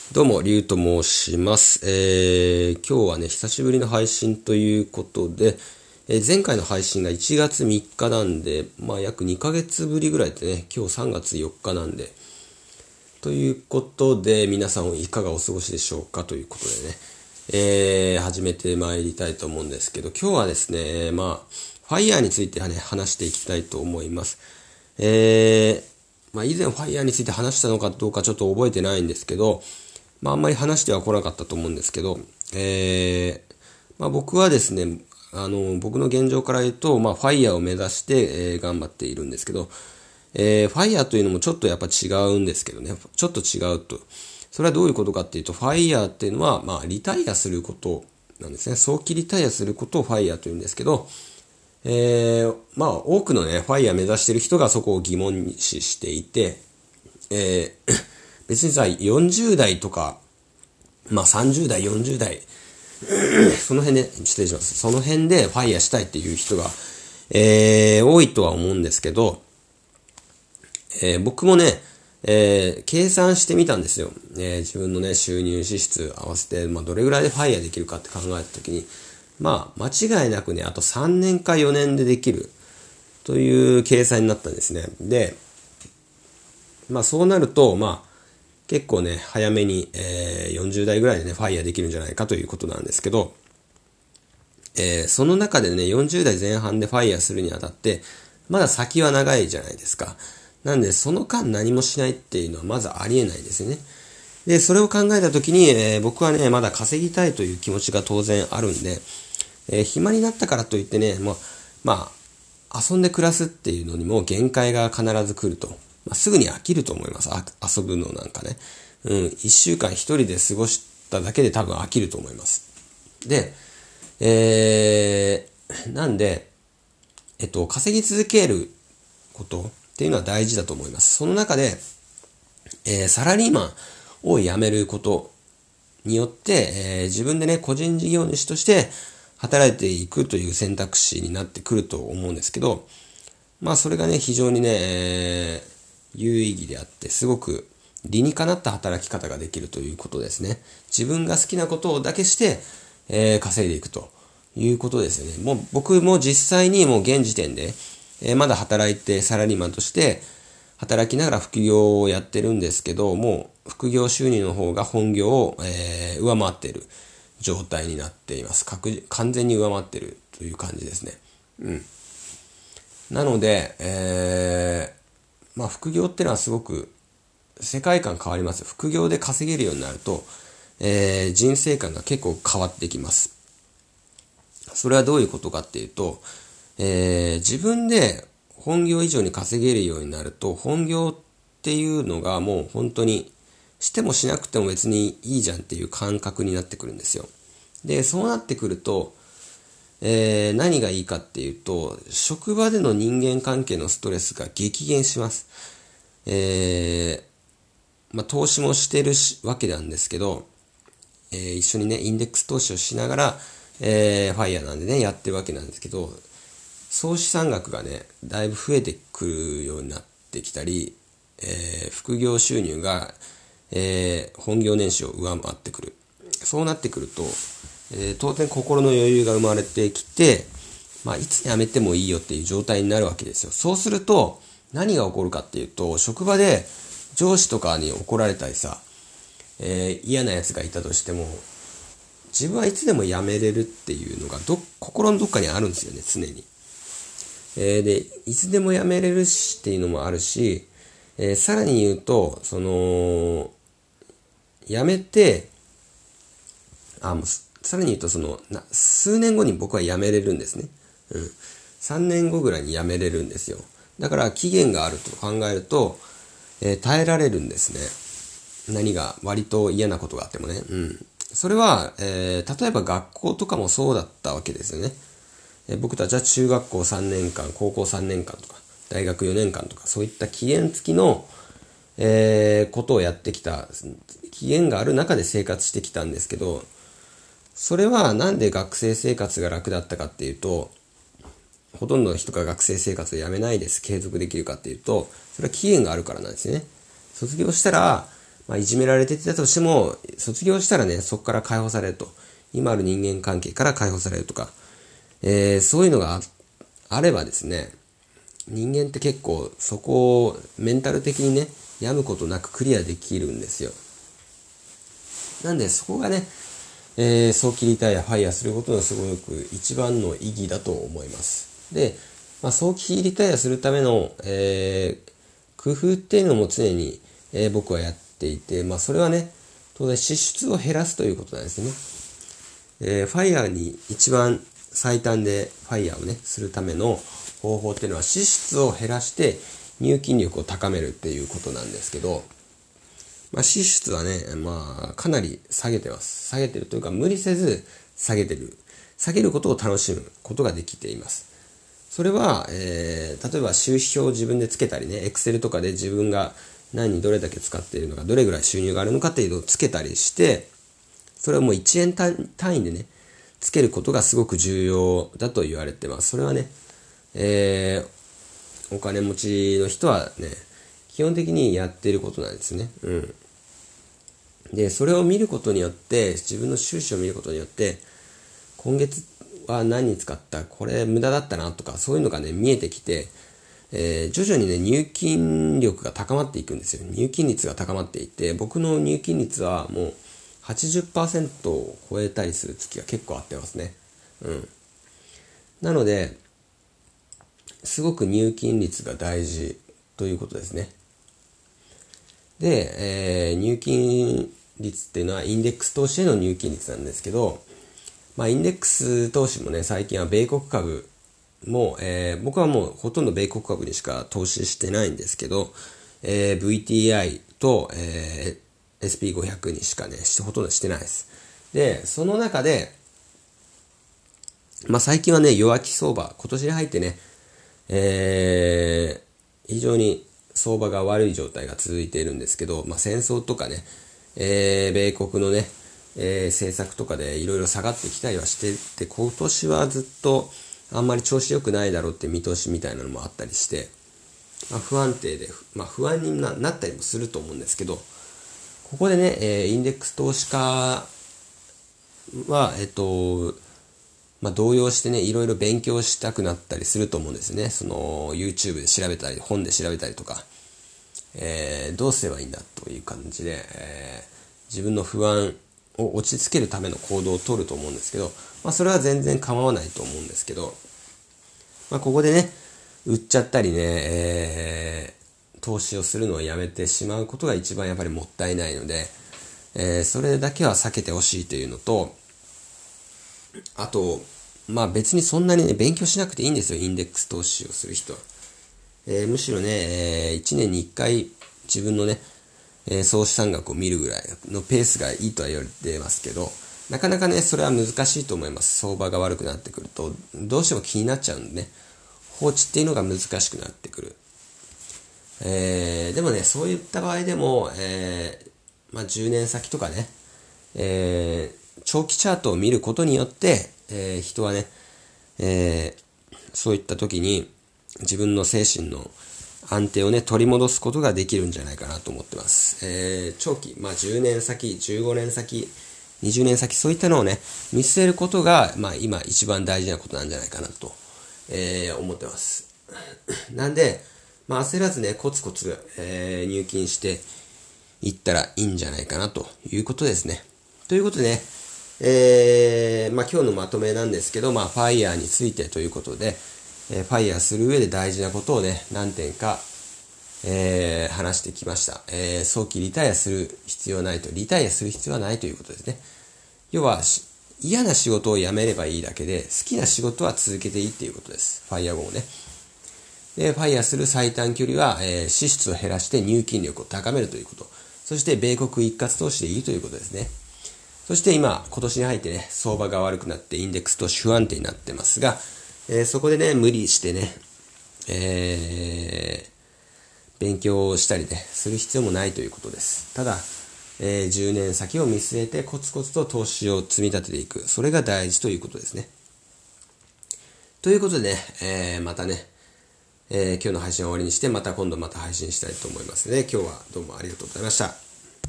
どうも、リュウと申します。今日はね、久しぶりの配信ということで、前回の配信が1月3日なんで、約2ヶ月ぶりぐらいでね、今日3月4日なんで、ということで、皆さんいかがお過ごしでしょうかということでね、始めてまいりたいと思うんですけど、今日はですね、ファイヤーについてね、話していきたいと思います。以前ファイヤーについて話したのかどうかちょっと覚えてないんですけど、あんまり話しては来なかったと思うんですけど、僕はですね、僕の現状から言うと、ファイヤーを目指して、頑張っているんですけど、ファイヤーというのもちょっとやっぱ違うんですけどね、ちょっと違うと。それはどういうことかっていうと、ファイヤーっていうのは、リタイアすることなんですね。早期リタイアすることをファイヤーというんですけど、多くのね、ファイヤー目指している人がそこを疑問視していて、別にさ、40代とか、30代、40代、その辺で、失礼します。その辺でファイヤーしたいっていう人が、多いとは思うんですけど、僕もね、計算してみたんですよ。自分のね、収入支出合わせて、どれぐらいでファイヤーできるかって考えたときに、間違いなくね、あと3年か4年でできるという計算になったんですね。で、そうなると、結構ね、早めに、40代ぐらいでね、ファイヤーできるんじゃないかということなんですけど、その中でね、40代前半でファイヤーするにあたって、まだ先は長いじゃないですか。なんで、その間何もしないっていうのはまずありえないですよね。で、それを考えたときに、僕はね、まだ稼ぎたいという気持ちが当然あるんで、暇になったからといってね、遊んで暮らすっていうのにも限界が必ず来ると。すぐに飽きると思います。遊ぶのなんかね。一週間一人で過ごしただけで多分飽きると思います。で、なんで、稼ぎ続けることっていうのは大事だと思います。その中で、サラリーマンを辞めることによって、自分でね、個人事業主として働いていくという選択肢になってくると思うんですけど、それがね、非常にね、有意義であって、すごく理にかなった働き方ができるということですね。自分が好きなことをだけして、稼いでいくということですよね。もう僕も実際にもう現時点で、まだ働いてサラリーマンとして働きながら副業をやってるんですけど、もう副業収入の方が本業を、上回っている状態になっています。完全に上回っているという感じですね。なので、副業ってのはすごく世界観変わります。副業で稼げるようになると、人生観が結構変わってきます。それはどういうことかっていうと、自分で本業以上に稼げるようになると、本業っていうのがもう本当にしてもしなくても別にいいじゃんっていう感覚になってくるんですよ。で、そうなってくると、何がいいかっていうと、職場での人間関係のストレスが激減します。投資もしてるわけなんですけど、一緒にね、インデックス投資をしながら、ファイヤーなんでね、やってるわけなんですけど、総資産額がね、だいぶ増えてくるようになってきたり、副業収入が、本業年収を上回ってくる。そうなってくると、当然心の余裕が生まれてきて、いつ辞めてもいいよっていう状態になるわけですよ。そうすると、何が起こるかっていうと、職場で上司とかに怒られたりさ、嫌な奴がいたとしても、自分はいつでも辞めれるっていうのが心のどっかにあるんですよね、常に。で、いつでも辞めれるしっていうのもあるし、さらに言うと、辞めて、さらに言うと数年後に僕は辞めれるんですね。3年後ぐらいに辞めれるんですよ。だから期限があると考えると、耐えられるんですね。何が割と嫌なことがあってもね。それは、例えば学校とかもそうだったわけですよね。僕たちは中学校3年間、高校3年間とか、大学4年間とか、そういった期限付きの、ことをやってきた、期限がある中で生活してきたんですけど、それはなんで学生生活が楽だったかっていうと、ほとんどの人が学生生活をやめないです継続できるかっていうと、それは期限があるからなんですね。卒業したら、 いじめられてたとしても、卒業したらね、そこから解放されると。今ある人間関係から解放されるとか、そういうのがあればですね、人間って結構そこをメンタル的にね、病むことなくクリアできるんですよ。なんでそこがね、早期リタイア、ファイヤーすることのすごく一番の意義だと思います。で、早期リタイアするための、工夫っていうのも常に、僕はやっていて、それはね、当然支出を減らすということなんですね。ファイヤーに一番最短でファイヤーをね、するための方法っていうのは支出を減らして入金力を高めるっていうことなんですけど、支出はね、かなり下げてます。下げてるというか、無理せず下げてる。下げることを楽しむことができています。それは、例えば収支表を自分でつけたりね、Excel とかで自分が何にどれだけ使っているのか、どれぐらい収入があるのかっていうのをつけたりして、それをもう1円単位でね、つけることがすごく重要だと言われてます。それはね、お金持ちの人はね、基本的にやっていることなんですね。で、それを見ることによって、自分の収支を見ることによって、今月は何に使った、これ無駄だったなとか、そういうのがね、見えてきて、徐々にね、入金力が高まっていくんですよ。入金率が高まっていて、僕の入金率はもう 80% を超えたりする月が結構あってますね。なので、すごく入金率が大事ということですね。で、入金率っていうのはインデックス投資への入金率なんですけど、インデックス投資もね、最近は米国株も、僕はもうほとんど米国株にしか投資してないんですけど、VTI と、SP500 にしかね、ほとんどしてないです。で、その中で、最近はね、弱気相場、今年に入ってね、非常に相場が悪い状態が続いているんですけど、戦争とかね、米国のね、政策とかでいろいろ下がってきたりはしてて、今年はずっとあんまり調子良くないだろうって見通しみたいなのもあったりして、不安定で、不安になったりもすると思うんですけど、ここでね、インデックス投資家は、動揺してね、いろいろ勉強したくなったりすると思うんですね。その YouTube で調べたり、本で調べたりとか、どうすればいいんだという感じで、自分の不安を落ち着けるための行動を取ると思うんですけど、それは全然構わないと思うんですけど、ここでね、売っちゃったりね、投資をするのをやめてしまうことが一番やっぱりもったいないので、それだけは避けてほしいというのと、あと、別にそんなにね、勉強しなくていいんですよ、インデックス投資をする人は。むしろね、1年に1回自分のね、総資産額を見るぐらいのペースがいいとは言われてますけど、なかなかね、それは難しいと思います。相場が悪くなってくると、どうしても気になっちゃうんでね、放置っていうのが難しくなってくる。でもね、そういった場合でも、10年先とかね、長期チャートを見ることによって、人はね、そういった時に自分の精神の安定をね、取り戻すことができるんじゃないかなと思ってます。長期、10年先、15年先、20年先、そういったのをね、見据えることが、今一番大事なことなんじゃないかなと、思ってます。なんで、焦らずね、コツコツ、入金していったらいいんじゃないかなということですね。ということでね、今日のまとめなんですけど、ファイヤーについてということで、ファイヤーする上で大事なことをね、何点か、話してきました。早期リタイアする必要はないと、リタイアする必要はないということですね。要は、嫌な仕事を辞めればいいだけで、好きな仕事は続けていいっていうことです。ファイヤー後もね。で、ファイヤーする最短距離は、支出を減らして入金力を高めるということ。そして、米国一括投資でいいということですね。そして今年に入ってね、相場が悪くなってインデックス投資不安定になってますが、そこでね、無理してね、勉強をしたりね、する必要もないということです。ただ、10年先を見据えてコツコツと投資を積み立てていく。それが大事ということですね。ということでね、またね、今日の配信は終わりにして、また今度配信したいと思いますので、今日はどうもありがとうございました。